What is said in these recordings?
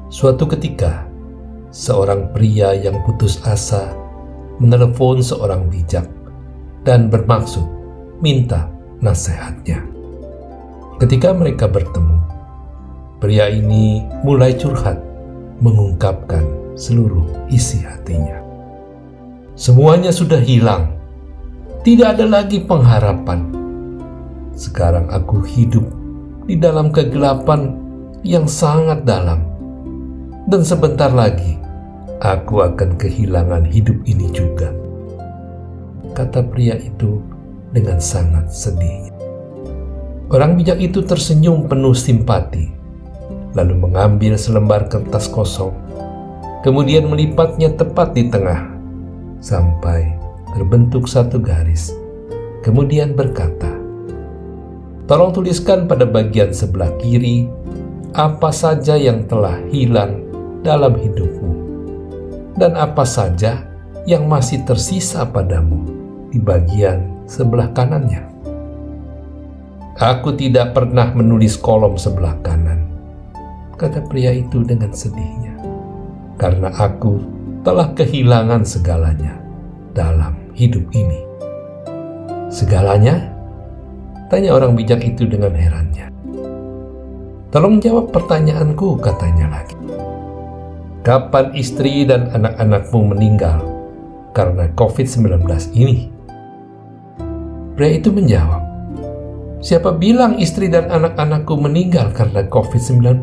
Suatu ketika, seorang pria yang putus asa menelepon seorang bijak dan bermaksud minta nasihatnya. Ketika mereka bertemu, pria ini mulai curhat, mengungkapkan seluruh isi hatinya. Semuanya sudah hilang, tidak ada lagi pengharapan. Sekarang aku hidup di dalam kegelapan yang sangat dalam. Dan sebentar lagi, aku akan kehilangan hidup ini juga, kata pria itu dengan sangat sedih. Orang bijak itu tersenyum penuh simpati, lalu mengambil selembar kertas kosong, kemudian melipatnya tepat di tengah, sampai terbentuk satu garis. Kemudian berkata, "Tolong tuliskan pada bagian sebelah kiri apa saja yang telah hilang dalam hidupmu, dan apa saja yang masih tersisa padamu di bagian sebelah kanannya." "Aku tidak pernah menulis kolom sebelah kanan," kata pria itu dengan sedihnya, "karena aku telah kehilangan segalanya dalam hidup ini." "Segalanya?" tanya orang bijak itu dengan herannya. "Tolong jawab pertanyaanku," katanya lagi. "Kapan istri dan anak-anakmu meninggal karena COVID-19 ini?" Pria itu menjawab, "Siapa bilang istri dan anak-anakku meninggal karena COVID-19?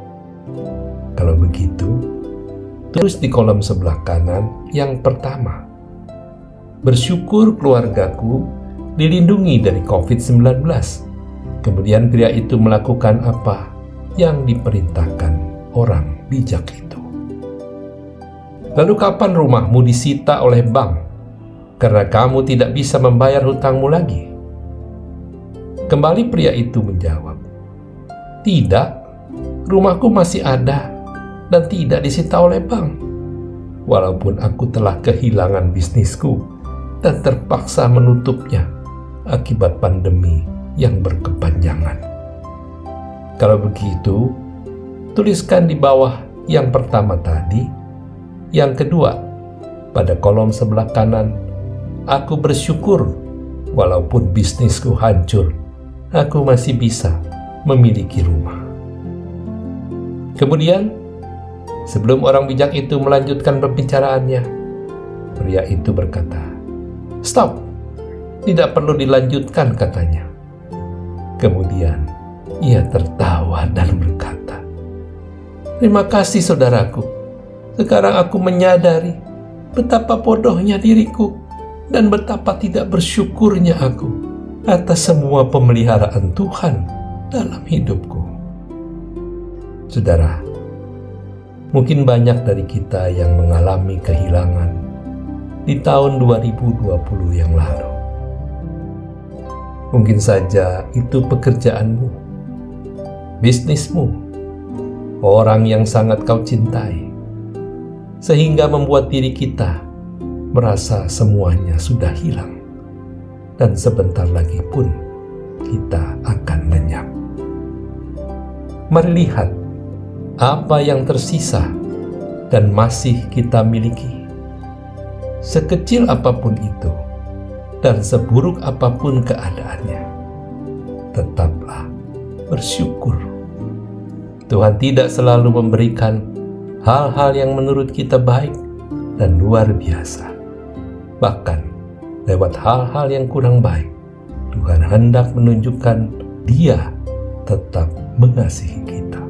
Kalau begitu, tulis di kolom sebelah kanan yang pertama, 'Bersyukur keluargaku dilindungi dari COVID-19. Kemudian pria itu melakukan apa yang diperintahkan orang bijak itu. "Lalu kapan rumahmu disita oleh bank karena kamu tidak bisa membayar hutangmu lagi?" Kembali pria itu menjawab, "Tidak, rumahku masih ada dan tidak disita oleh bank. Walaupun aku telah kehilangan bisnisku dan terpaksa menutupnya akibat pandemi yang berkepanjangan." Kalau begitu, tuliskan di bawah yang pertama tadi, yang kedua, pada kolom sebelah kanan, 'Aku bersyukur walaupun bisnisku hancur, aku masih bisa memiliki rumah.'" Kemudian, sebelum orang bijak itu melanjutkan pembicaraannya, pria itu berkata, "Stop, tidak perlu dilanjutkan," katanya. Kemudian ia tertawa dan berkata, "Terima kasih saudaraku. Sekarang aku menyadari betapa bodohnya diriku dan betapa tidak bersyukurnya aku atas semua pemeliharaan Tuhan dalam hidupku." Saudara, mungkin banyak dari kita yang mengalami kehilangan di tahun 2020 yang lalu. Mungkin saja itu pekerjaanmu, bisnismu, orang yang sangat kau cintai, sehingga membuat diri kita merasa semuanya sudah hilang, dan sebentar lagi pun kita akan lenyap. Mari lihat apa yang tersisa dan masih kita miliki. Sekecil apapun itu dan seburuk apapun keadaannya, tetaplah bersyukur. Tuhan tidak selalu memberikan hal-hal yang menurut kita baik dan luar biasa. Bahkan lewat hal-hal yang kurang baik, Tuhan hendak menunjukkan Dia tetap mengasihi kita.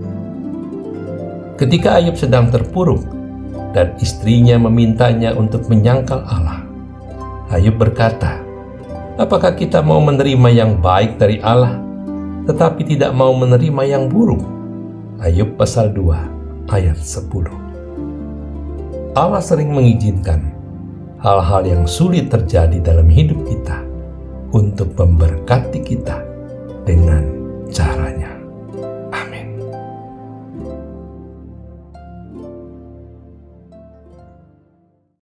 Ketika Ayub sedang terpuruk dan istrinya memintanya untuk menyangkal Allah, Ayub berkata, "Apakah kita mau menerima yang baik dari Allah, tetapi tidak mau menerima yang buruk?" Ayub pasal 2 ayat 10. Allah sering mengizinkan hal-hal yang sulit terjadi dalam hidup kita untuk memberkati kita dengan caranya.